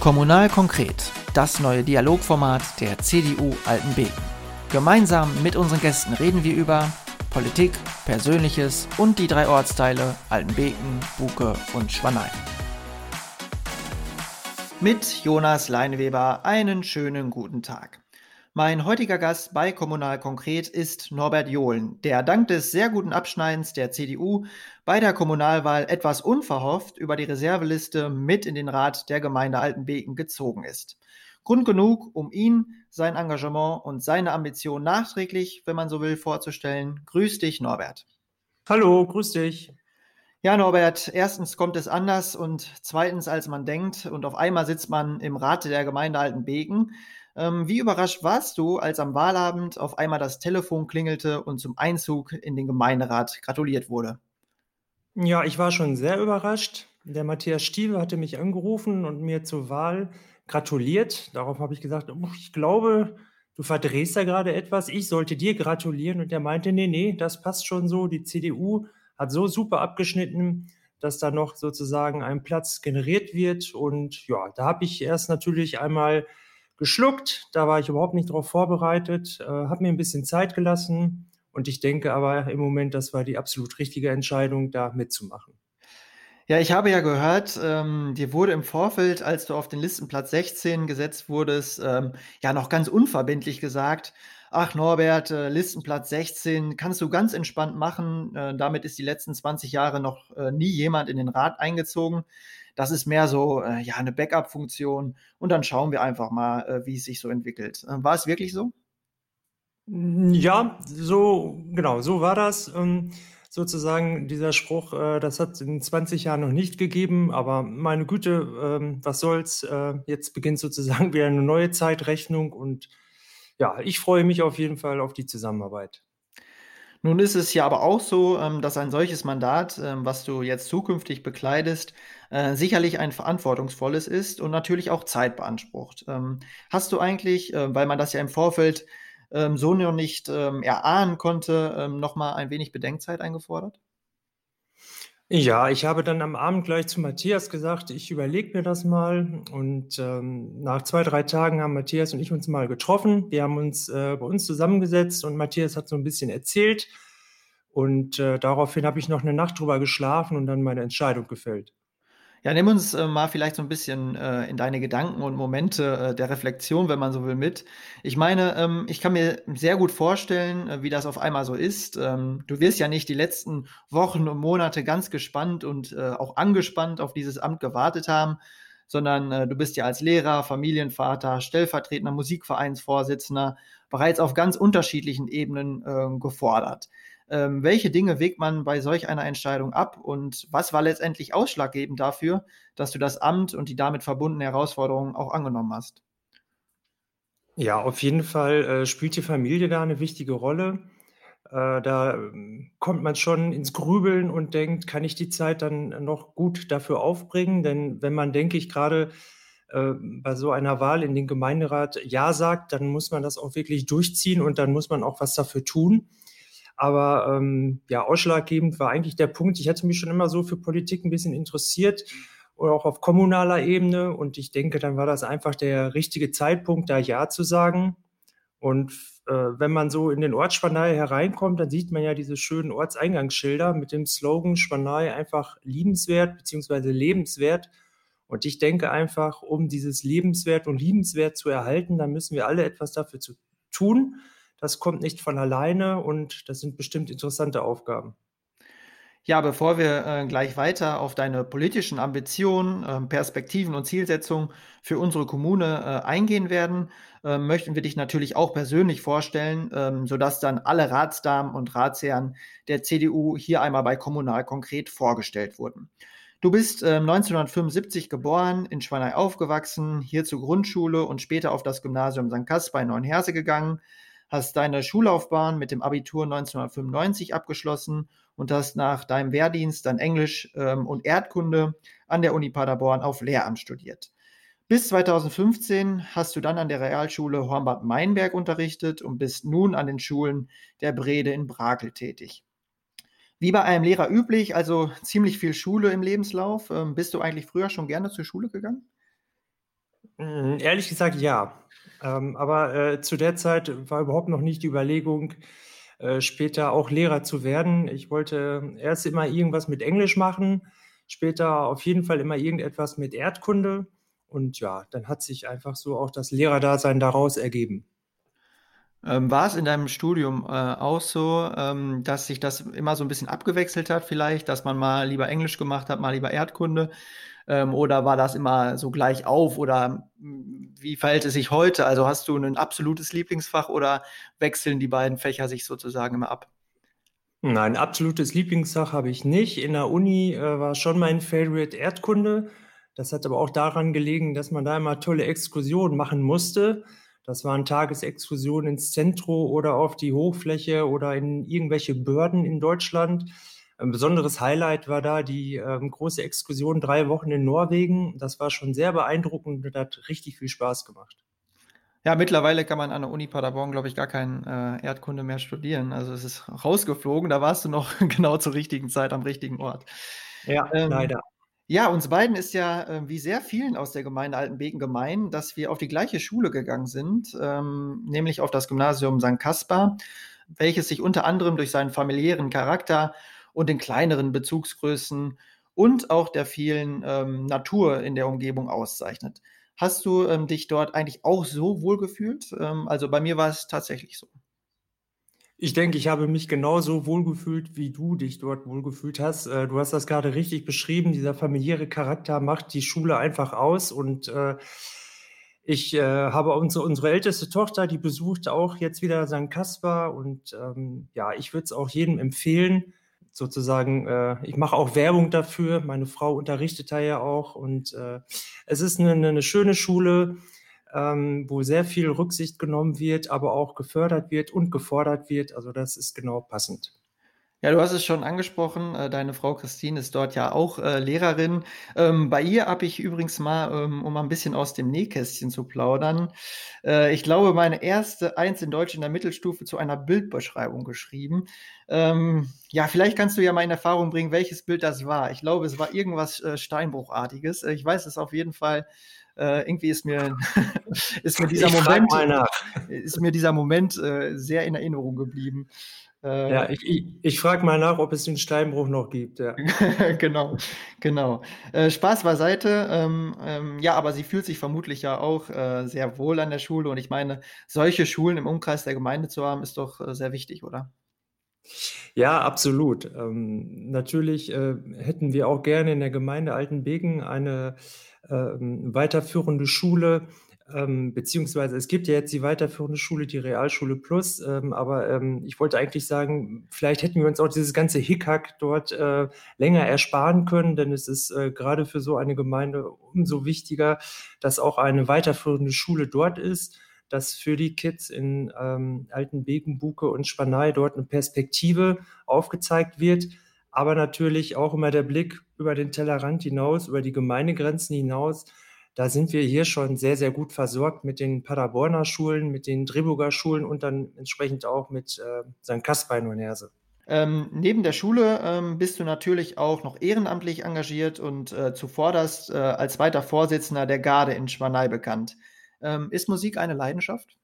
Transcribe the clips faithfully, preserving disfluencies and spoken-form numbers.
Kommunal konkret, das neue Dialogformat der C D U Altenbeken. Gemeinsam mit unseren Gästen reden wir über Politik, Persönliches und die drei Ortsteile Altenbeken, Buke und Schwanein. Mit Jonas Leineweber einen schönen guten Tag. Mein heutiger Gast bei Kommunal konkret ist Norbert Johlen, der dank des sehr guten Abschneidens der C D U bei der Kommunalwahl etwas unverhofft über die Reserveliste mit in den Rat der Gemeinde Altenbeken gezogen ist. Grund genug, um ihn, sein Engagement und seine Ambition nachträglich, wenn man so will, vorzustellen. Grüß dich, Norbert. Hallo, grüß dich. Ja, Norbert, erstens kommt es anders und zweitens, als man denkt, und auf einmal sitzt man im Rat der Gemeinde Altenbeken. Ähm, wie überrascht warst du, als am Wahlabend auf einmal das Telefon klingelte und zum Einzug in den Gemeinderat gratuliert wurde? Ja, ich war schon sehr überrascht. Der Matthias Stieve hatte mich angerufen und mir zur Wahl gratuliert. Darauf habe ich gesagt, oh, ich glaube, du verdrehst da gerade etwas. Ich sollte dir gratulieren. Und er meinte, nee, nee, das passt schon so. Die C D U hat so super abgeschnitten, dass da noch sozusagen ein Platz generiert wird. Und ja, da habe ich erst natürlich einmal geschluckt. Da war ich überhaupt nicht darauf vorbereitet, äh, habe mir ein bisschen Zeit gelassen. Und ich denke aber im Moment, das war die absolut richtige Entscheidung, da mitzumachen. Ja, ich habe ja gehört, ähm, dir wurde im Vorfeld, als du auf den Listenplatz sechzehn gesetzt wurdest, ähm, ja noch ganz unverbindlich gesagt, ach Norbert, äh, Listenplatz sechzehn kannst du ganz entspannt machen, äh, damit ist die letzten zwanzig Jahre noch äh, nie jemand in den Rat eingezogen. Das ist mehr so äh, ja eine Backup-Funktion und dann schauen wir einfach mal, äh, wie es sich so entwickelt. Äh, war es wirklich so? Ja, so, genau, so war das. Ähm, sozusagen dieser Spruch, äh, das hat es in zwanzig Jahren noch nicht gegeben, aber meine Güte, ähm, was soll's, äh, jetzt beginnt sozusagen wieder eine neue Zeitrechnung und ja, ich freue mich auf jeden Fall auf die Zusammenarbeit. Nun ist es ja aber auch so, ähm, dass ein solches Mandat, ähm, was du jetzt zukünftig bekleidest, äh, sicherlich ein verantwortungsvolles ist und natürlich auch Zeit beansprucht. Ähm, hast du eigentlich, äh, weil man das ja im Vorfeld ähm, so noch nicht ähm, erahnen konnte, ähm, noch mal ein wenig Bedenkzeit eingefordert? Ja, ich habe dann am Abend gleich zu Matthias gesagt, ich überlege mir das mal. Und ähm, nach zwei, drei Tagen haben Matthias und ich uns mal getroffen. Wir haben uns äh, bei uns zusammengesetzt und Matthias hat so ein bisschen erzählt. Und äh, daraufhin habe ich noch eine Nacht drüber geschlafen und dann meine Entscheidung gefällt. Ja, nimm uns äh, mal vielleicht so ein bisschen äh, in deine Gedanken und Momente äh, der Reflexion, wenn man so will, mit. Ich meine, ähm, ich kann mir sehr gut vorstellen, äh, wie das auf einmal so ist. Ähm, du wirst ja nicht die letzten Wochen und Monate ganz gespannt und äh, auch angespannt auf dieses Amt gewartet haben, sondern äh, du bist ja als Lehrer, Familienvater, stellvertretender Musikvereinsvorsitzender bereits auf ganz unterschiedlichen Ebenen äh, gefordert. Ähm, welche Dinge wägt man bei solch einer Entscheidung ab und was war letztendlich ausschlaggebend dafür, dass du das Amt und die damit verbundene Herausforderungen auch angenommen hast? Ja, auf jeden Fall äh, spielt die Familie da eine wichtige Rolle. Äh, da ähm, kommt man schon ins Grübeln und denkt, kann ich die Zeit dann noch gut dafür aufbringen? Denn wenn man, denke ich, gerade äh, bei so einer Wahl in den Gemeinderat Ja sagt, dann muss man das auch wirklich durchziehen und dann muss man auch was dafür tun. Aber ähm, ja, ausschlaggebend war eigentlich der Punkt, ich hatte mich schon immer so für Politik ein bisschen interessiert oder auch auf kommunaler Ebene. Und ich denke, dann war das einfach der richtige Zeitpunkt, da Ja zu sagen. Und äh, wenn man so in den Ort Schwanei hereinkommt, dann sieht man ja diese schönen Ortseingangsschilder mit dem Slogan Schwanei einfach liebenswert bzw. lebenswert. Und ich denke einfach, um dieses lebenswert und liebenswert zu erhalten, dann müssen wir alle etwas dafür zu tun. Das kommt nicht von alleine und das sind bestimmt interessante Aufgaben. Ja, bevor wir äh, gleich weiter auf deine politischen Ambitionen, ähm, Perspektiven und Zielsetzungen für unsere Kommune äh, eingehen werden, äh, möchten wir dich natürlich auch persönlich vorstellen, ähm, sodass dann alle Ratsdamen und Ratsherren der C D U hier einmal bei Kommunal konkret vorgestellt wurden. Du bist äh, neunzehnhundertfünfundsiebzig geboren, in Schwanei aufgewachsen, hier zur Grundschule und später auf das Gymnasium Sankt Caspar in Neuenheerse gegangen, hast deine Schullaufbahn mit dem Abitur neunzehnhundertfünfundneunzig abgeschlossen und hast nach deinem Wehrdienst dann Englisch ähm, und Erdkunde an der Uni Paderborn auf Lehramt studiert. Bis zweitausendfünfzehn hast du dann an der Realschule Hornbad Meinberg unterrichtet und bist nun an den Schulen der Brede in Brakel tätig. Wie bei einem Lehrer üblich, also ziemlich viel Schule im Lebenslauf. Ähm, bist du eigentlich früher schon gerne zur Schule gegangen? Hm, ehrlich gesagt, ja. Ähm, aber, äh, zu der Zeit war überhaupt noch nicht die Überlegung, äh, später auch Lehrer zu werden. Ich wollte erst immer irgendwas mit Englisch machen, später auf jeden Fall immer irgendetwas mit Erdkunde und ja, dann hat sich einfach so auch das Lehrerdasein daraus ergeben. Ähm, war es in deinem Studium äh, auch so, ähm, dass sich das immer so ein bisschen abgewechselt hat vielleicht, dass man mal lieber Englisch gemacht hat, mal lieber Erdkunde? Ähm, oder war das immer so gleich auf? Oder mh, wie verhält es sich heute? Also hast du ein absolutes Lieblingsfach oder wechseln die beiden Fächer sich sozusagen immer ab? Nein, absolutes Lieblingsfach habe ich nicht. In der Uni äh, war schon mein Favorite Erdkunde. Das hat aber auch daran gelegen, dass man da immer tolle Exkursionen machen musste. Das waren Tagesexkursionen ins Zentrum oder auf die Hochfläche oder in irgendwelche Börden in Deutschland. Ein besonderes Highlight war da die ähm, große Exkursion drei Wochen in Norwegen. Das war schon sehr beeindruckend und hat richtig viel Spaß gemacht. Ja, mittlerweile kann man an der Uni Paderborn, glaube ich, gar kein äh, Erdkunde mehr studieren. Also es ist rausgeflogen, da warst du noch genau zur richtigen Zeit am richtigen Ort. Ja, Ähm, leider. Ja, uns beiden ist ja, äh, wie sehr vielen aus der Gemeinde Altenbeken gemein, dass wir auf die gleiche Schule gegangen sind, ähm, nämlich auf das Gymnasium Sankt Caspar, welches sich unter anderem durch seinen familiären Charakter und den kleineren Bezugsgrößen und auch der vielen ähm, Natur in der Umgebung auszeichnet. Hast du ähm, dich dort eigentlich auch so wohlgefühlt? Ähm, also bei mir war es tatsächlich so. Ich denke, ich habe mich genauso wohlgefühlt, wie du dich dort wohlgefühlt hast. Äh, Du hast das gerade richtig beschrieben. Dieser familiäre Charakter macht die Schule einfach aus. Und äh, ich äh, habe unsere, unsere älteste Tochter, die besucht auch jetzt wieder Sankt Caspar. Und ähm, ja, ich würde es auch jedem empfehlen. Sozusagen, äh, ich mache auch Werbung dafür. Meine Frau unterrichtet da ja auch. Und äh, es ist eine, eine schöne Schule, ähm, wo sehr viel Rücksicht genommen wird, aber auch gefördert wird und gefordert wird. Also das ist genau passend. Ja, du hast es schon angesprochen, äh, deine Frau Christine ist dort ja auch äh, Lehrerin. Ähm, bei ihr habe ich übrigens mal, ähm, um mal ein bisschen aus dem Nähkästchen zu plaudern, äh, ich glaube, meine erste Eins in Deutsch in der Mittelstufe zu einer Bildbeschreibung geschrieben. Ähm, ja, vielleicht kannst du ja mal in Erfahrung bringen, welches Bild das war. Ich glaube, es war irgendwas äh, Steinbruchartiges. Äh, Ich weiß es auf jeden Fall. Äh, irgendwie ist mir, ist mir dieser Ich frage Moment, mal nach. ist mir dieser Moment äh, sehr in Erinnerung geblieben. Äh, Ja, ich, ich, ich frage mal nach, ob es den Steinbruch noch gibt. Ja. Genau, genau. Äh, Spaß beiseite. Ähm, ähm, ja, aber sie fühlt sich vermutlich ja auch äh, sehr wohl an der Schule. Und ich meine, solche Schulen im Umkreis der Gemeinde zu haben, ist doch äh, sehr wichtig, oder? Ja, absolut. Ähm, natürlich äh, hätten wir auch gerne in der Gemeinde Altenbeken eine ähm, weiterführende Schule, ähm, beziehungsweise es gibt ja jetzt die weiterführende Schule, die Realschule Plus, ähm, aber ähm, ich wollte eigentlich sagen, vielleicht hätten wir uns auch dieses ganze Hickhack dort äh, länger ersparen können, denn es ist äh, gerade für so eine Gemeinde umso wichtiger, dass auch eine weiterführende Schule dort ist, dass für die Kids in ähm, Altenbeken, Buke und Spanei dort eine Perspektive aufgezeigt wird, aber natürlich auch immer der Blick über den Tellerrand hinaus, über die Gemeindegrenzen hinaus. Da sind wir hier schon sehr, sehr gut versorgt mit den Paderborner Schulen, mit den Driburger Schulen und dann entsprechend auch mit äh, Sankt Caspar in Neunerse. Ähm, neben der Schule ähm, bist du natürlich auch noch ehrenamtlich engagiert und äh, zuvorderst äh, als zweiter Vorsitzender der Garde in Schwanei bekannt. Ähm, ist Musik eine Leidenschaft?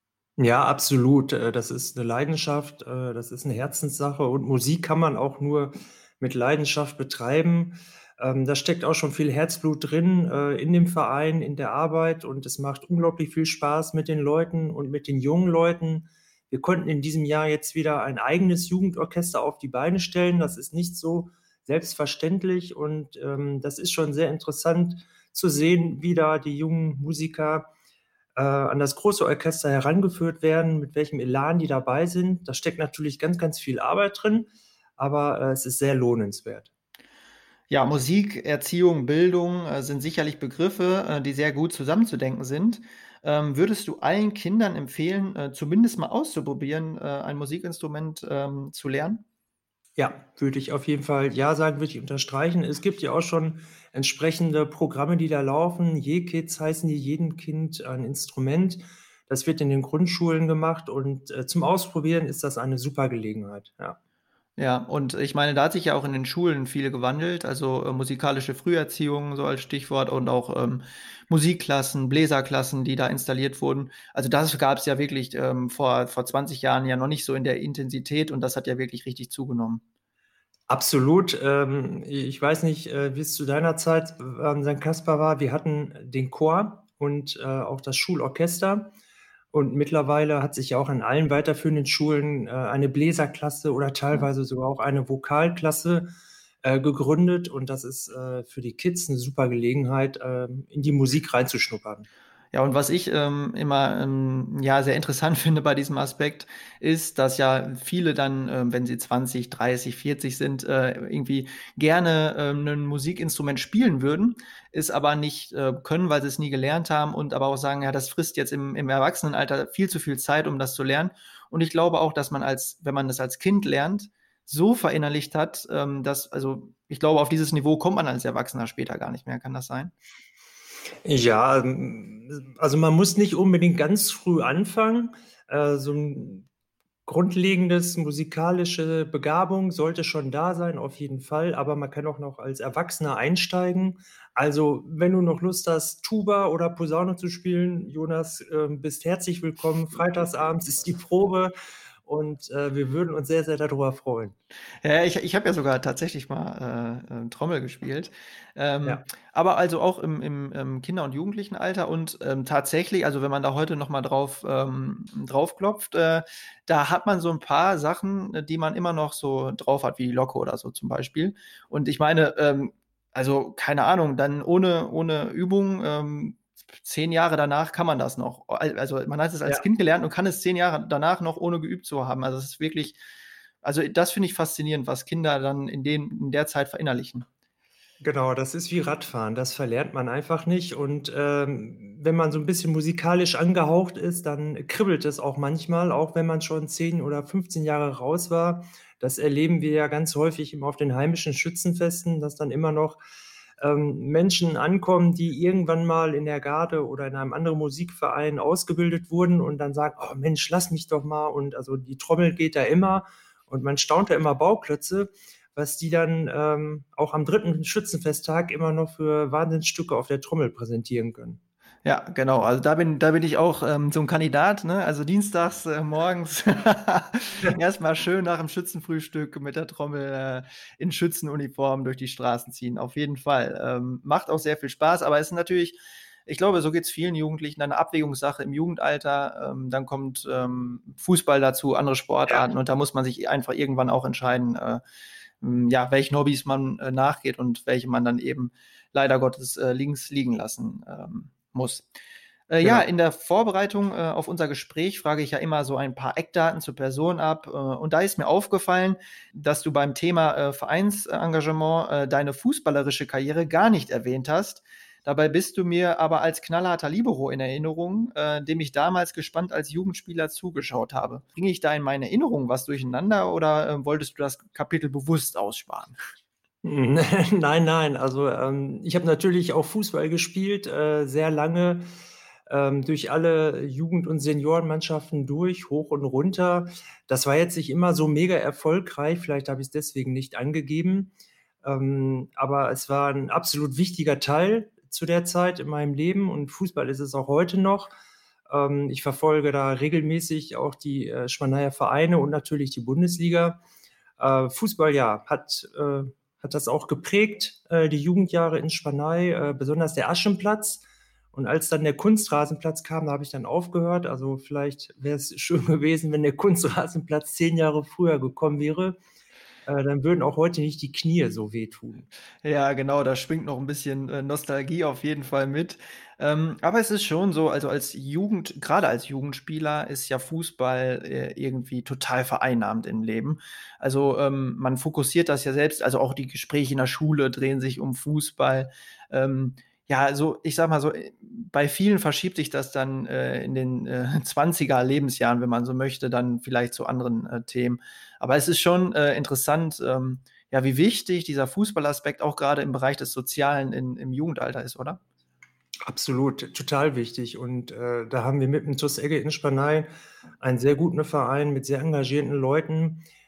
Ja, absolut. Äh, Das ist eine Leidenschaft, äh, das ist eine Herzenssache und Musik kann man auch nur mit Leidenschaft betreiben. Ähm, Da steckt auch schon viel Herzblut drin, äh, in dem Verein, in der Arbeit und es macht unglaublich viel Spaß mit den Leuten und mit den jungen Leuten. Wir konnten in diesem Jahr jetzt wieder ein eigenes Jugendorchester auf die Beine stellen. Das ist nicht so selbstverständlich und ähm, das ist schon sehr interessant zu sehen, wie da die jungen Musiker äh, an das große Orchester herangeführt werden, mit welchem Elan die dabei sind. Da steckt natürlich ganz, ganz viel Arbeit drin, aber äh, es ist sehr lohnenswert. Ja, Musik, Erziehung, Bildung äh, sind sicherlich Begriffe, äh, die sehr gut zusammenzudenken sind. Ähm, würdest du allen Kindern empfehlen, äh, zumindest mal auszuprobieren, äh, ein Musikinstrument ähm, zu lernen? Ja, würde ich auf jeden Fall ja sagen, würde ich unterstreichen. Es gibt ja auch schon entsprechende Programme, die da laufen. Je-Kids heißen die, jedem Kind ein Instrument. Das wird in den Grundschulen gemacht und äh, zum Ausprobieren ist das eine super Gelegenheit. Ja. Ja, und ich meine, da hat sich ja auch in den Schulen viel gewandelt, also, äh, musikalische Früherziehung so als Stichwort und auch, ähm, Musikklassen, Bläserklassen, die da installiert wurden. Also, das gab's ja wirklich, ähm, vor vor zwanzig Jahren ja noch nicht so in der Intensität und das hat ja wirklich richtig zugenommen. Absolut. Ähm, ich weiß nicht, äh, wie es zu deiner Zeit an Sankt Caspar war. Wir hatten den Chor und, äh, auch das Schulorchester. Und mittlerweile hat sich ja auch an allen weiterführenden Schulen, äh, eine Bläserklasse oder Ja. teilweise sogar auch eine Vokalklasse, äh, gegründet. Und das ist, äh, für die Kids 'ne super Gelegenheit, ähm, in die Musik reinzuschnuppern. Ja, und was ich, ähm, immer, ähm, ja, sehr interessant finde bei diesem Aspekt, ist, dass ja viele dann, ähm, wenn sie zwanzig, dreißig, vierzig sind, äh, irgendwie gerne, ähm, 'nen Musikinstrument spielen würden, es aber nicht, äh, können, weil sie's nie gelernt haben und aber auch sagen: „Ja, das frisst jetzt im im Erwachsenenalter viel zu viel Zeit, um das zu lernen.“ Und ich glaube auch, dass man als wenn man das als Kind lernt, so verinnerlicht hat, ähm, dass also, ich glaube, auf dieses Niveau kommt man als Erwachsener später gar nicht mehr. Kann das sein? Ja, hm, also, man muss nicht unbedingt ganz früh anfangen. Äh, so 'n grundlegendes musikalische Begabung sollte schon da sein, auf jeden Fall, aber man kann auch noch als Erwachsener einsteigen. Also, wenn du noch Lust hast, Tuba oder Posaune zu spielen, Jonas, ähm, bist herzlich willkommen. Freitagsabends ist die Probe und, äh, wir würden uns sehr, sehr da drüber freuen. Ja, ich ich habe ja sogar tatsächlich mal, äh, äh, Trommel gespielt. Ähm, Ja. aber also auch im im, ähm, Kinder und Jugendlichenalter und, ähm, tatsächlich, also wenn man da heute noch mal drauf ähm, drauf klopft, äh, da hat man so 'n paar Sachen, äh, die man immer noch so drauf hat, wie die Locke oder so zum Beispiel. Und ich meine, ähm, also keine Ahnung, dann ohne ohne Übung, ähm, zehn Jahre danach kann man das noch. Al also, man hat es als Ja. Kind gelernt und kann es zehn Jahre danach noch ohne geübt zu haben. Also, es ist wirklich also, das finde ich faszinierend, was Kinder dann in dem in der Zeit verinnerlichen. Genau, das ist wie Radfahren. Das verlernt man einfach nicht und, ähm, wenn man so 'n bisschen musikalisch angehaucht ist, dann kribbelt es auch manchmal, auch wenn man schon zehn oder fünfzehn Jahre raus war. Das erleben wir ja ganz häufig immer auf den heimischen Schützenfesten, dass dann immer noch, ähm, Menschen ankommen, die irgendwann mal in der Garde oder in einem anderen Musikverein ausgebildet wurden und dann sagen: „Oh Mensch, lass mich doch mal.“ Und also, die Trommel geht da immer und man staunt da immer Bauklötze, was die dann, ähm, auch am dritten Schützenfesttag immer noch für Wahnsinnsstücke auf der Trommel präsentieren können. Ja, genau. Also, da bin da bin ich auch, ähm, so 'n Kandidat, ne? Also, dienstags, äh, morgens erst mal schön nach'm Schützenfrühstück mit der Trommel, äh, in Schützenuniform durch die Straßen ziehen, auf jeden Fall. Ähm, macht auch sehr viel Spaß, aber es ist natürlich ich glaube, so geht's vielen Jugendlichen, eine Abwägungssache im Jugendalter. Ähm, dann kommt, ähm, Fußball dazu, andere Ja. Sportarten und da muss man sich einfach irgendwann auch entscheiden, äh, hm, ja, welchen Hobbys man, äh, nachgeht und welche man dann eben leider Gottes, äh, links liegen lassen, ähm, muss. Äh, ja, Genau. in der Vorbereitung, äh, auf unser Gespräch frage ich ja immer so ein paar Eckdaten zur Person ab, äh, und da ist mir aufgefallen, dass du beim Thema, äh, Vereinsengagement, äh, deine fußballerische Karriere gar nicht erwähnt hast. Dabei bist du mir aber als knallharter Libero in Erinnerung, äh, dem ich damals gespannt als Jugendspieler zugeschaut habe. Bringe ich da in meinen Erinnerungen was durcheinander oder, äh, wolltest du das Kapitel bewusst aussparen? Nein, nein, also, ähm, ich habe natürlich auch Fußball gespielt, äh, sehr lange, ähm, durch alle Jugend und Seniorenmannschaften durch, hoch und runter. Das war jetzt nicht immer so mega erfolgreich, vielleicht habe ich's deswegen nicht angegeben. Ähm, aber es war 'n absolut wichtiger Teil zu der Zeit in meinem Leben und Fußball ist es auch heute noch. Ähm, ich verfolge da regelmäßig auch die, äh, Schwaneyer Vereine und natürlich die Bundesliga. Äh, Fußball, ja, hat äh, hat das auch geprägt, äh, die Jugendjahre in Schwanei, äh, besonders der Aschenplatz. Und als dann der Kunstrasenplatz kam, da habe ich dann aufgehört. Also, vielleicht wäre es schön gewesen, wenn der Kunstrasenplatz zehn Jahre früher gekommen wäre. Äh, dann würden auch heute nicht die Knie so wehtun. Ja, genau, da schwingt noch 'n bisschen, äh, Nostalgie auf jeden Fall mit. Ähm, aber es ist schon so, also, als Jugend grade als Jugendspieler ist ja Fußball, äh, irgendwie total vereinnahmend im Leben. Also, ähm, man fokussiert das ja selbst also, auch die Gespräche in der Schule drehen sich um Fußball. Ähm, ja, also, ich sage mal so, äh, bei vielen verschiebt sich das dann, äh, in den, äh, zwanziger Lebensjahren, wenn man so möchte, dann vielleicht zu anderen, äh, Themen. Aber es ist schon, äh, interessant, ähm, ja, wie wichtig dieser Fußballaspekt auch grade im Bereich des Sozialen in im Jugendalter ist, oder? Absolut, total wichtig und, äh, da haben wir mit dem TuS Egge in Spanei einen sehr guten Verein mit sehr engagierten Leuten,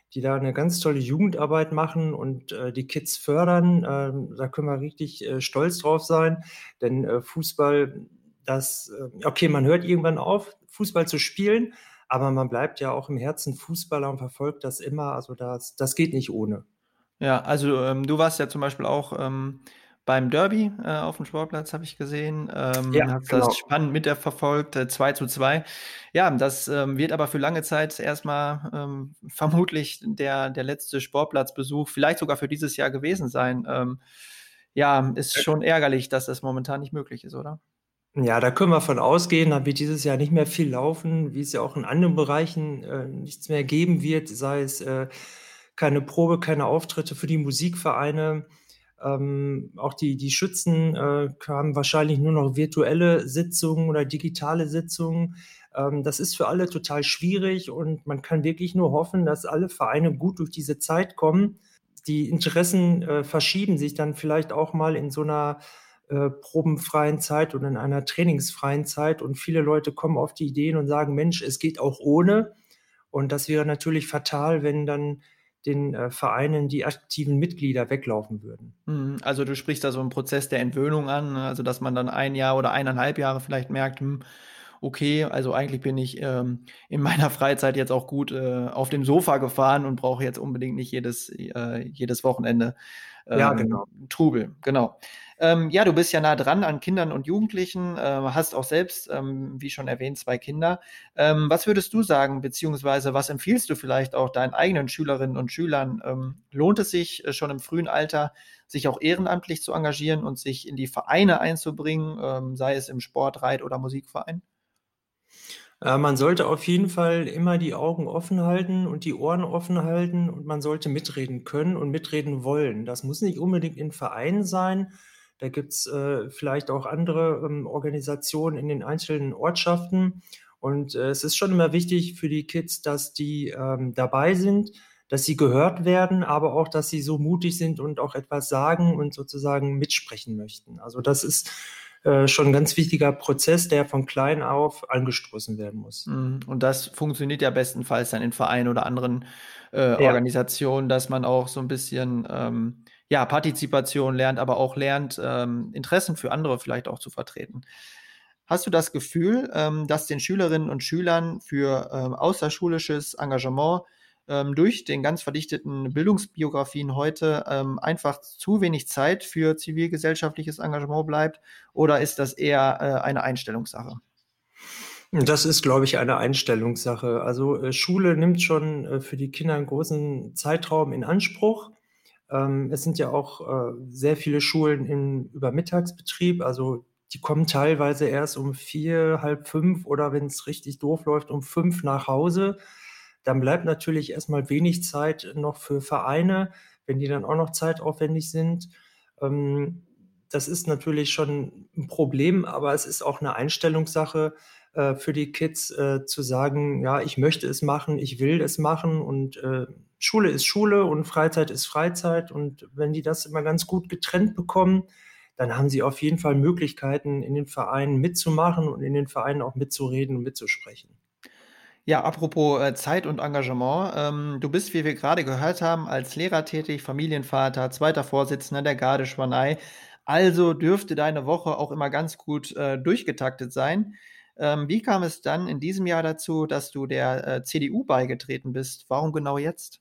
die da eine ganz tolle Jugendarbeit machen und, äh, die Kids fördern. Ähm, da können wir richtig, äh, stolz drauf sein, denn, äh, Fußball, das äh, okay, man hört irgendwann auf, Fußball zu spielen, aber man bleibt ja auch im Herzen Fußballer und verfolgt das immer. Also, das das geht nicht ohne. Ja, also, ähm, du warst ja zum Beispiel auch, ähm, beim Derby, äh, auf dem Sportplatz, habe ich gesehen, Ja, ähm, hast das genau. spannend mitverfolgt, äh, zwei zu zwei. Ja, das, ähm, wird aber für lange Zeit erstmal ähm, vermutlich der der letzte Sportplatzbesuch, vielleicht sogar für dieses Jahr gewesen sein. Ähm, ja, ist schon ärgerlich, dass das momentan nicht möglich ist, oder? Ja, da können wir von ausgehen, da wird dieses Jahr nicht mehr viel laufen, wie es ja auch in anderen Bereichen, äh, nichts mehr geben wird, sei es, äh, keine Probe, keine Auftritte für die Musikvereine. Ähm, auch die die Schützen, äh, haben wahrscheinlich nur noch virtuelle Sitzungen oder digitale Sitzungen. Ähm, das ist für alle total schwierig und man kann wirklich nur hoffen, dass alle Vereine gut durch diese Zeit kommen. Die Interessen, äh, verschieben sich dann vielleicht auch mal in so einer äh, probenfreien Zeit und in einer trainingsfreien Zeit. Und viele Leute kommen auf die Ideen und sagen, Mensch, es geht auch ohne. Und das wäre natürlich fatal, wenn dann den äh, Vereinen die aktiven Mitglieder weglaufen würden. Mhm, also, du sprichst da so 'n Prozess der Entwöhnung an, ne? Also, dass man dann ein Jahr oder eineinhalb Jahre vielleicht merkt: „Hm, okay, also, eigentlich bin ich, ähm, in meiner Freizeit jetzt auch gut, äh, auf dem Sofa gefahren und brauche jetzt unbedingt nicht jedes äh, jedes Wochenende, Ja, ähm, genau. Trubel“, genau. Ähm, ja, du bist ja nah dran an Kindern und Jugendlichen, äh, hast auch selbst, ähm, wie schon erwähnt, zwei Kinder. Ähm, was würdest du sagen, beziehungsweise was empfiehlst du vielleicht auch deinen eigenen Schülerinnen und Schülern? Ähm, lohnt es sich, äh, schon im frühen Alter, sich auch ehrenamtlich zu engagieren und sich in die Vereine einzubringen, ähm, sei es im Sport, Reit oder Musikverein? Äh, man sollte auf jeden Fall immer die Augen offen halten und die Ohren offen halten und man sollte mitreden können und mitreden wollen. Das muss nicht unbedingt in Vereinen sein. Da gibt's, äh, vielleicht auch andere, ähm, Organisationen in den einzelnen Ortschaften. Und, äh, es ist schon immer wichtig für die Kids, dass die, ähm, dabei sind, dass sie gehört werden, aber auch, dass sie so mutig sind und auch etwas sagen und sozusagen mitsprechen möchten. Also, das ist, äh, schon 'n ganz wichtiger Prozess, der von klein auf angestoßen werden muss. Mhm, und das funktioniert ja bestenfalls dann in Vereinen oder anderen, äh, Ja. Organisationen, dass man auch so 'n bisschen, ähm, ja, Partizipation lernt, aber auch lernt, ähm, Interessen für andere vielleicht auch zu vertreten. Hast du das Gefühl, ähm, dass den Schülerinnen und Schülern für, ähm, außerschulisches Engagement, ähm, durch den ganz verdichteten Bildungsbiografien heute, ähm, einfach zu wenig Zeit für zivilgesellschaftliches Engagement bleibt oder ist das eher, äh, eine Einstellungssache? Das ist, glaube ich, eine Einstellungssache. Also, äh, Schule nimmt schon, äh, für die Kinder 'n großen Zeitraum in Anspruch. Ähm, es sind ja auch, äh, sehr viele Schulen im Übermittagsbetrieb, also, die kommen teilweise erst um vier, halb fünf oder wenn's richtig doof läuft, um fünf nach Hause. Dann bleibt natürlich erst mal wenig Zeit noch für Vereine, wenn die dann auch noch zeitaufwendig sind. Ähm, das ist natürlich schon 'n Problem, aber es ist auch 'ne Einstellungssache, äh, für die Kids, äh, zu sagen: „Ja, ich möchte es machen, ich will es machen und, äh, Schule ist Schule und Freizeit ist Freizeit.“ Und wenn die das immer ganz gut getrennt bekommen, dann haben sie auf jeden Fall Möglichkeiten, in den Vereinen mitzumachen und in den Vereinen auch mitzureden und mitzusprechen. Ja, apropos, äh, Zeit und Engagement. Ähm, du bist, wie wir gerade gehört haben, als Lehrer tätig, Familienvater, zweiter Vorsitzender der Garde-Schwanei. Also dürfte deine Woche auch immer ganz gut, äh, durchgetaktet sein. Ähm, wie kam es dann in diesem Jahr dazu, dass du der, äh, C D U beigetreten bist? Warum genau jetzt?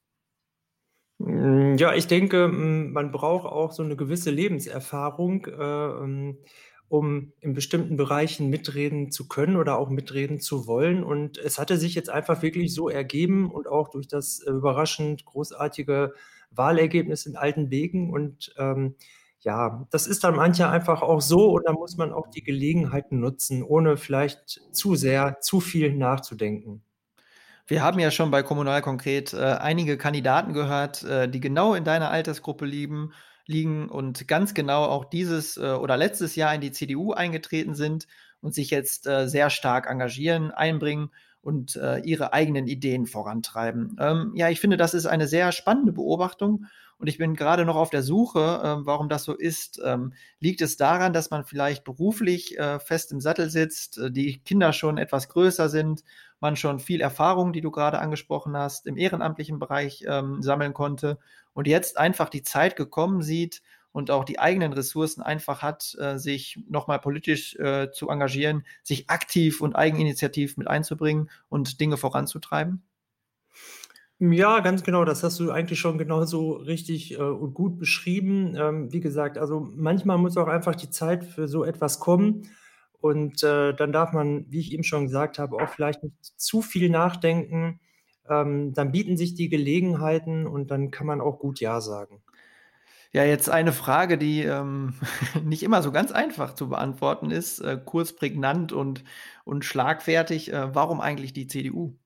Hm, ja, ich denke, hm, man braucht auch so 'ne gewisse Lebenserfahrung, äh, ähm, um in bestimmten Bereichen mitreden zu können oder auch mitreden zu wollen. Und es hatte sich jetzt einfach wirklich so ergeben und auch durch das, äh, überraschend großartige Wahlergebnis in Altenbeken. Und, ähm, ja, das ist dann manchmal einfach auch so und da muss man auch die Gelegenheiten nutzen, ohne vielleicht zu sehr zu viel nachzudenken. Wir haben ja schon bei Kommunal konkret, äh, einige Kandidaten gehört, äh, die genau in deiner Altersgruppe lieben liegen und ganz genau auch dieses, äh, oder letztes Jahr in die C D U eingetreten sind und sich jetzt, äh, sehr stark engagieren, einbringen und, äh, ihre eigenen Ideen vorantreiben. Ähm, ja, ich finde, das ist eine sehr spannende Beobachtung Und ich bin gerade noch auf der Suche, ähm, warum das so ist. Ähm, liegt es daran, dass man vielleicht beruflich äh, fest im Sattel sitzt, äh, die Kinder schon etwas größer sind, man schon viel Erfahrung, die du gerade angesprochen hast, im ehrenamtlichen Bereich ähm, sammeln konnte und jetzt einfach die Zeit gekommen sieht und auch die eigenen Ressourcen einfach hat, äh, sich nochmal politisch äh, zu engagieren, sich aktiv und eigeninitiativ mit einzubringen und Dinge voranzutreiben? Ja, ganz genau, das hast du eigentlich schon genauso richtig, äh, und gut beschrieben. Ähm, wie gesagt, also manchmal muss auch einfach die Zeit für so etwas kommen und, äh, dann darf man, wie ich eben schon gesagt habe, auch vielleicht nicht zu viel nachdenken. Ähm, dann bieten sich die Gelegenheiten und dann kann man auch gut ja sagen. Ja, jetzt eine Frage, die ähm, nicht immer so ganz einfach zu beantworten ist, äh, kurz, prägnant und, und schlagfertig. Äh, warum eigentlich die C D U?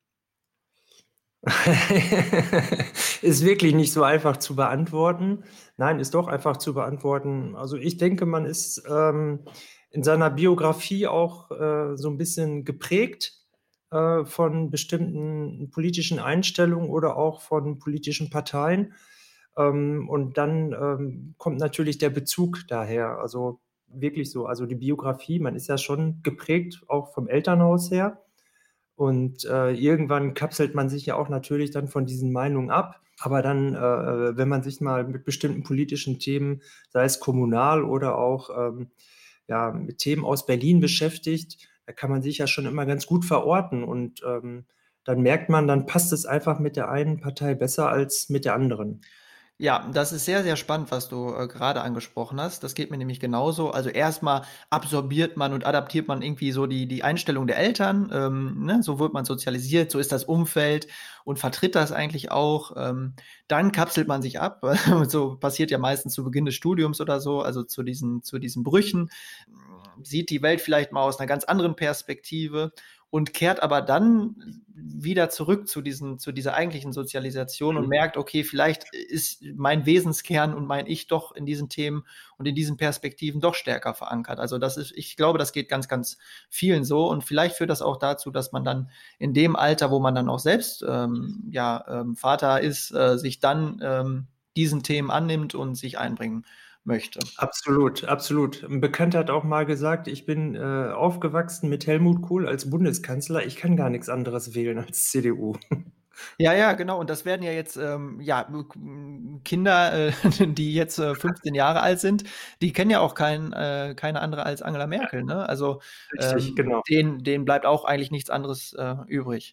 Ist wirklich nicht so einfach zu beantworten. Nein, ist doch einfach zu beantworten. Also, ich denke, man ist, ähm, in seiner Biografie auch, äh, so 'n bisschen geprägt, äh, von bestimmten politischen Einstellungen oder auch von politischen Parteien. Ähm, und dann, ähm, kommt natürlich der Bezug daher. Also, wirklich so. Also, die Biografie, man ist ja schon geprägt auch vom Elternhaus her. Und, äh, irgendwann kapselt man sich ja auch natürlich dann von diesen Meinungen ab. Aber dann, äh, äh, wenn man sich mal mit bestimmten politischen Themen, sei es kommunal oder auch, ähm, ja, mit Themen aus Berlin beschäftigt, da kann man sich ja schon immer ganz gut verorten und, ähm, dann merkt man, dann passt es einfach mit der einen Partei besser als mit der anderen. Ja, das ist sehr, sehr spannend, was du äh, gerade angesprochen hast. Das geht mir nämlich genauso. Also erstmal absorbiert man und adaptiert man irgendwie so die, die Einstellung der Eltern. Ähm, ne? So wird man sozialisiert, so ist das Umfeld und vertritt das eigentlich auch. Ähm, dann kapselt man sich ab. So passiert ja meistens zu Beginn des Studiums oder so, also zu diesen, zu diesen Brüchen. Sieht die Welt vielleicht mal aus einer ganz anderen Perspektive und kehrt aber dann wieder zurück zu diesen, zu dieser eigentlichen Sozialisation und Mhm. merkt, okay, vielleicht ist mein Wesenskern und mein Ich doch in diesen Themen und in diesen Perspektiven doch stärker verankert. Also das ist, ich glaube, das geht ganz, ganz vielen so und vielleicht führt das auch dazu, dass man dann in dem Alter, wo man dann auch selbst ähm, ja ähm, Vater ist, äh, sich dann ähm, diesen Themen annimmt und sich einbringen möchte. Absolut, absolut. 'N Bekannter hat auch mal gesagt: „Ich bin, äh, aufgewachsen mit Helmut Kohl als Bundeskanzler. Ich kann gar nix anderes wählen als C D U." Ja, ja, genau. Und das werden ja jetzt, ähm, ja, m- Kinder, äh, die jetzt äh, fünfzehn Jahre alt sind, die kennen ja auch kein, äh, keine andere als Angela Merkel. Ne? Also Richtig, ähm, genau. denen, denen bleibt auch eigentlich nichts anderes äh, übrig.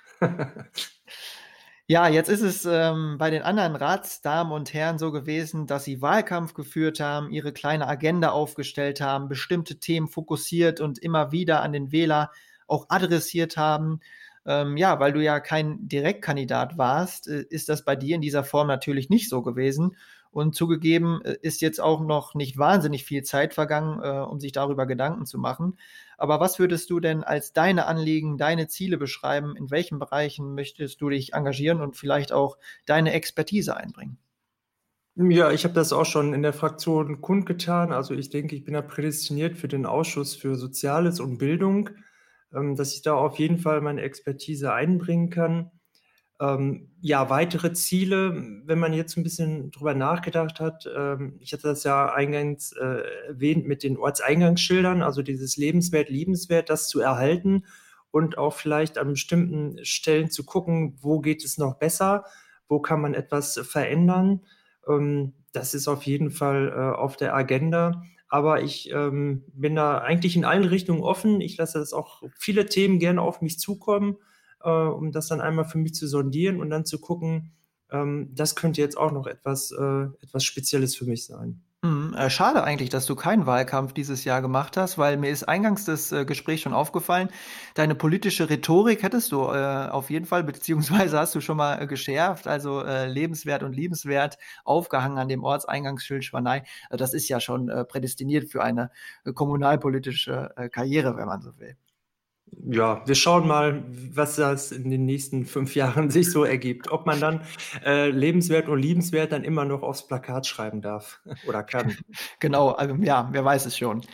Ja, jetzt ist es ähm, bei den anderen Ratsdamen und Herren so gewesen, dass sie Wahlkampf geführt haben, ihre kleine Agenda aufgestellt haben, bestimmte Themen fokussiert und immer wieder an den Wähler auch adressiert haben. Ähm, ja, weil du ja kein Direktkandidat warst, äh, ist das bei dir in dieser Form natürlich nicht so gewesen. Und zugegeben äh, ist jetzt auch noch nicht wahnsinnig viel Zeit vergangen, äh, um sich darüber Gedanken zu machen. Aber was würdest du denn als deine Anliegen, deine Ziele beschreiben? In welchen Bereichen möchtest du dich engagieren und vielleicht auch deine Expertise einbringen? Ja, ich habe das auch schon in der Fraktion kundgetan. Also, ich denke, ich bin da prädestiniert für den Ausschuss für Soziales und Bildung, ähm, dass ich da auf jeden Fall meine Expertise einbringen kann. Ähm, ja, weitere Ziele, wenn man jetzt ein bisschen drüber nachgedacht hat, ähm, ich hatte das ja eingangs, äh, erwähnt mit den Ortseingangsschildern, also dieses lebenswert, liebenswert, das zu erhalten und auch vielleicht an bestimmten Stellen zu gucken, wo geht es noch besser, wo kann man etwas verändern. Ähm, das ist auf jeden Fall, äh, auf der Agenda. Aber ich, ähm, bin da eigentlich in allen Richtungen offen. Ich lasse das auch viele Themen gerne auf mich zukommen, äh, um das dann einmal für mich zu sondieren und dann zu gucken, ähm, das könnte jetzt auch noch etwas, äh, etwas Spezielles für mich sein. Mhm, äh, schade eigentlich, dass du keinen Wahlkampf dieses Jahr gemacht hast, weil mir ist eingangs des äh, Gesprächs schon aufgefallen, deine politische Rhetorik hättest du äh, auf jeden Fall, beziehungsweise hast du schon mal äh, geschärft, also äh, lebenswert und liebenswert aufgehangen an dem Ortseingangsschild Schwanei. Äh, das ist ja schon äh, prädestiniert für eine äh, kommunalpolitische äh, Karriere, wenn man so will. Ja, wir schauen mal, was das in den nächsten fünf Jahren sich so ergibt. Ob man dann, äh, lebenswert und liebenswert dann immer noch aufs Plakat schreiben darf oder kann. Genau, also ja, wer weiß es schon.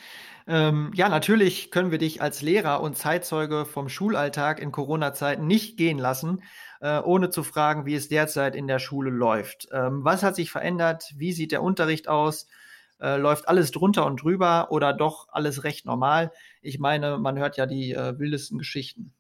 Ähm, ja, natürlich können wir dich als Lehrer und Zeitzeuge vom Schulalltag in Corona-Zeiten nicht gehen lassen, äh, ohne zu fragen, wie es derzeit in der Schule läuft. Ähm, was hat sich verändert? Wie sieht der Unterricht aus? Äh, läuft alles drunter und drüber oder doch alles recht normal? Ich meine, man hört ja die äh, wildesten Geschichten.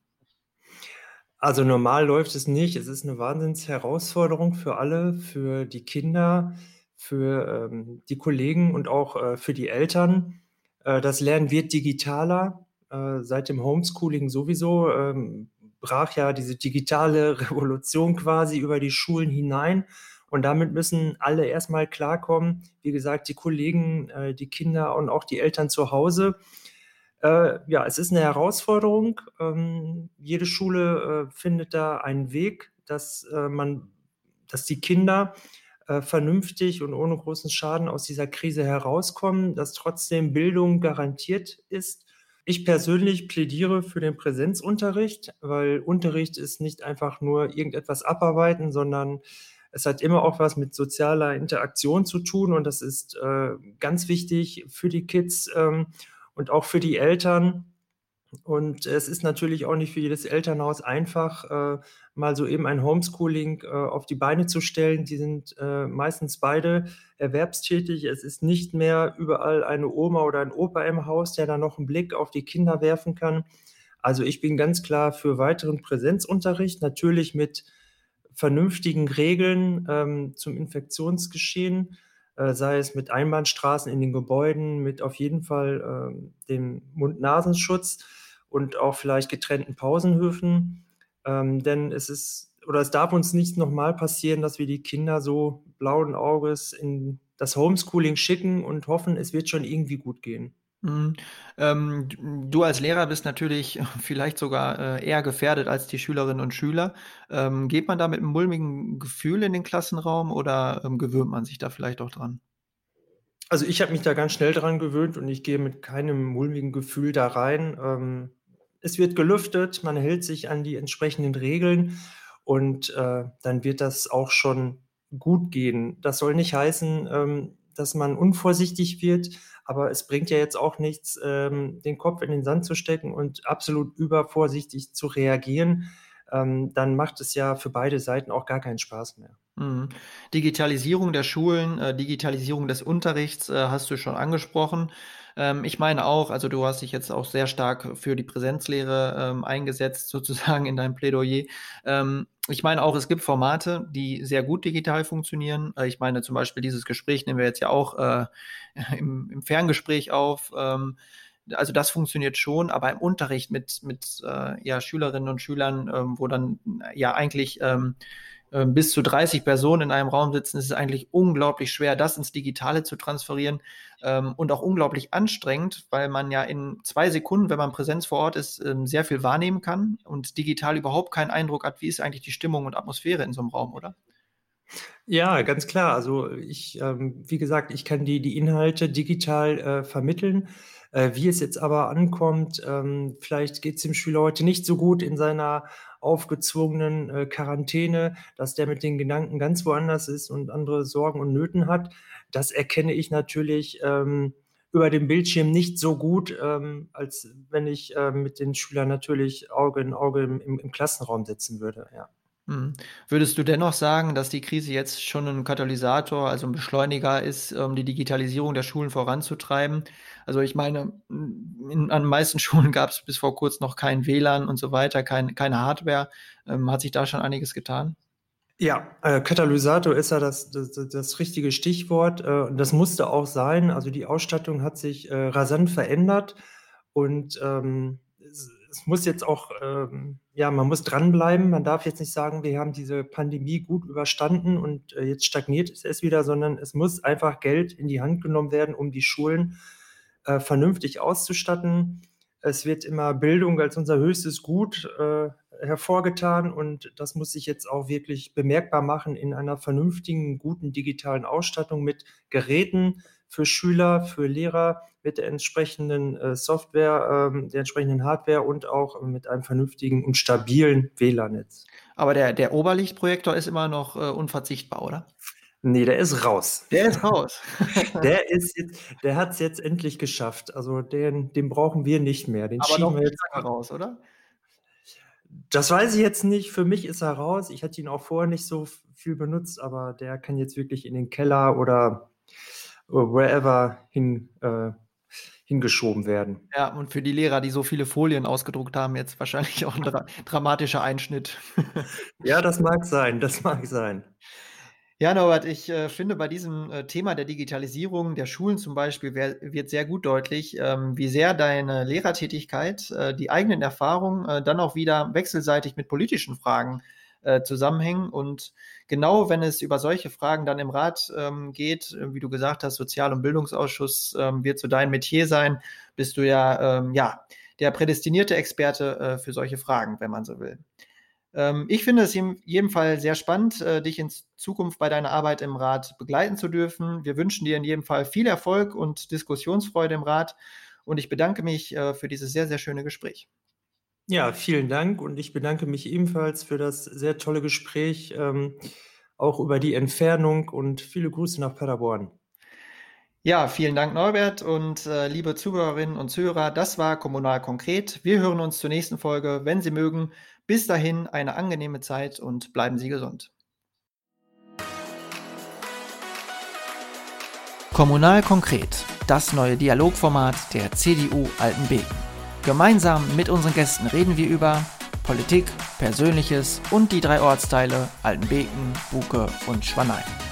Also normal läuft es nicht. Es ist eine Wahnsinnsherausforderung für alle, für die Kinder, für, ähm, die Kollegen und auch, äh, für die Eltern. Äh, das Lernen wird digitaler, äh, seit dem Homeschooling sowieso, ähm, brach ja diese digitale Revolution quasi über die Schulen hinein und damit müssen alle erst mal klarkommen. Wie gesagt, die Kollegen, äh, die Kinder und auch die Eltern zu Hause. Äh, ja, es ist eine Herausforderung. Ähm, jede Schule äh, findet da einen Weg, dass äh, man, dass die Kinder äh, vernünftig und ohne großen Schaden aus dieser Krise herauskommen, dass trotzdem Bildung garantiert ist. Ich persönlich plädiere für den Präsenzunterricht, weil Unterricht ist nicht einfach nur irgendetwas abarbeiten, sondern es hat immer auch was mit sozialer Interaktion zu tun und das ist äh, ganz wichtig für die Kids. Ähm, und auch für die Eltern. Und es ist natürlich auch nicht für jedes Elternhaus einfach, äh, mal so eben ein Homeschooling äh, auf die Beine zu stellen. Die sind äh, meistens beide erwerbstätig. Es ist nicht mehr überall eine Oma oder ein Opa im Haus, der da noch einen Blick auf die Kinder werfen kann. Also ich bin ganz klar für weiteren Präsenzunterricht, natürlich mit vernünftigen Regeln ähm, zum Infektionsgeschehen, äh, sei es mit Einbahnstraßen in den Gebäuden, mit auf jeden Fall ähm, dem Mund-Nasenschutz und auch vielleicht getrennten Pausenhöfen. Ähm, denn es ist, oder es darf uns nicht nochmal passieren, dass wir die Kinder so blauen Auges in das Homeschooling schicken und hoffen, es wird schon irgendwie gut gehen. Mhm. Ähm, du als Lehrer bist natürlich vielleicht sogar äh, eher gefährdet als die Schülerinnen und Schüler. Ähm, geht man da mit einem mulmigen Gefühl in den Klassenraum oder ähm, gewöhnt man sich da vielleicht auch dran? Also ich habe mich da ganz schnell dran gewöhnt und ich gehe mit keinem mulmigen Gefühl da rein. Ähm, es wird gelüftet, man hält sich an die entsprechenden Regeln und äh, dann wird das auch schon gut gehen. Das soll nicht heißen, ähm, dass man unvorsichtig wird, aber es bringt ja jetzt auch nichts, ähm, den Kopf in den Sand zu stecken und absolut übervorsichtig zu reagieren. Ähm, dann macht es ja für beide Seiten auch gar keinen Spaß mehr. Mhm. Digitalisierung der Schulen, äh, Digitalisierung des Unterrichts, äh, hast du schon angesprochen. Ähm, ich meine auch, also du hast dich jetzt auch sehr stark für die Präsenzlehre ähm, eingesetzt, sozusagen in deinem Plädoyer. Ähm, ich meine auch, es gibt Formate, die sehr gut digital funktionieren. Äh, ich meine zum Beispiel dieses Gespräch nehmen wir jetzt ja auch äh, im, im Ferngespräch auf. Ähm, also das funktioniert schon, aber im Unterricht mit, mit äh, ja, Schülerinnen und Schülern, ähm, wo dann ja eigentlich ähm, äh, bis zu dreißig Personen in einem Raum sitzen, ist es eigentlich unglaublich schwer, das ins Digitale zu transferieren ähm, und auch unglaublich anstrengend, weil man ja in zwei Sekunden, wenn man Präsenz vor Ort ist, ähm, sehr viel wahrnehmen kann und digital überhaupt keinen Eindruck hat, wie ist eigentlich die Stimmung und Atmosphäre in so einem Raum, oder? Ja, ganz klar. Also ich, ähm, wie gesagt, ich kann die, die Inhalte digital äh, vermitteln. Äh, wie es jetzt aber ankommt, ähm, vielleicht geht es dem Schüler heute nicht so gut in seiner aufgezwungenen äh, Quarantäne, dass der mit den Gedanken ganz woanders ist und andere Sorgen und Nöten hat. Das erkenne ich natürlich ähm, über den Bildschirm nicht so gut, ähm, als wenn ich äh, mit den Schülern natürlich Auge in Auge im, im, im Klassenraum sitzen würde. Ja. Mhm. Würdest du dennoch sagen, dass die Krise jetzt schon ein Katalysator, also ein Beschleuniger ist, um die Digitalisierung der Schulen voranzutreiben? Also ich meine, in, an den meisten Schulen gab es bis vor kurzem noch kein W L A N und so weiter, kein, keine Hardware. Ähm, hat sich da schon einiges getan? Ja, äh, Katalysator ist ja das, das, das richtige Stichwort. Äh, und das musste auch sein. Also die Ausstattung hat sich äh, rasant verändert und ähm, es, es muss jetzt auch, ähm, ja, man muss dranbleiben. Man darf jetzt nicht sagen, wir haben diese Pandemie gut überstanden und äh, jetzt stagniert es wieder, sondern es muss einfach Geld in die Hand genommen werden, um die Schulen äh, vernünftig auszustatten. Es wird immer Bildung als unser höchstes Gut äh, hervorgetan und das muss sich jetzt auch wirklich bemerkbar machen in einer vernünftigen, guten digitalen Ausstattung mit Geräten für Schüler, für Lehrer, mit der entsprechenden äh, Software, ähm, der entsprechenden Hardware und auch mit einem vernünftigen und stabilen W L A N-Netz. Aber der, der Oberlichtprojektor ist immer noch äh, unverzichtbar, oder? Ne, der ist raus. Der ist raus. Der ist jetzt der hat's jetzt endlich geschafft. Also, den den brauchen wir nicht mehr. Den Aber schieben noch wir nicht jetzt lange raus, oder? Das weiß ich jetzt nicht. Für mich ist er raus. Ich hatte ihn auch vorher nicht so v viel benutzt, aber der kann jetzt wirklich in den Keller oder wherever hin äh, hingeschoben werden. Ja, und für die Lehrer, die so viele Folien ausgedruckt haben, jetzt wahrscheinlich auch 'n dra dramatischer Einschnitt. Ja, das mag sein, das mag sein. Ja, Norbert, ich, äh, finde bei diesem, äh, Thema der Digitalisierung der Schulen zum Beispiel wer wird sehr gut deutlich, ähm, wie sehr deine Lehrertätigkeit, äh, die eigenen Erfahrungen, äh, dann auch wieder wechselseitig mit politischen Fragen, äh, zusammenhängen. Und genau wenn es über solche Fragen dann im Rat, ähm, geht, äh, wie du gesagt hast, Sozial und Bildungsausschuss, ähm, wird so dein Metier sein, bist du ja, ähm, ja, der prädestinierte Experte, äh, für solche Fragen, wenn man so will. Ähm, ich finde es in jedem Fall sehr spannend, äh, dich in Zukunft bei deiner Arbeit im Rat begleiten zu dürfen. Wir wünschen dir in jedem Fall viel Erfolg und Diskussionsfreude im Rat und ich bedanke mich, äh, für dieses sehr, sehr schöne Gespräch. Ja, vielen Dank und ich bedanke mich ebenfalls für das sehr tolle Gespräch, ähm, auch über die Entfernung und viele Grüße nach Paderborn. Ja, vielen Dank, Norbert und, äh, liebe Zuhörerinnen und Zuhörer, das war Kommunal konkret. Wir hören uns zur nächsten Folge, wenn Sie mögen. Bis dahin eine angenehme Zeit und bleiben Sie gesund. Kommunal konkret, das neue Dialogformat der C D U Altenbeken. Gemeinsam mit unseren Gästen reden wir über Politik, Persönliches und die drei Ortsteile Altenbeken, Buke und Schwanein.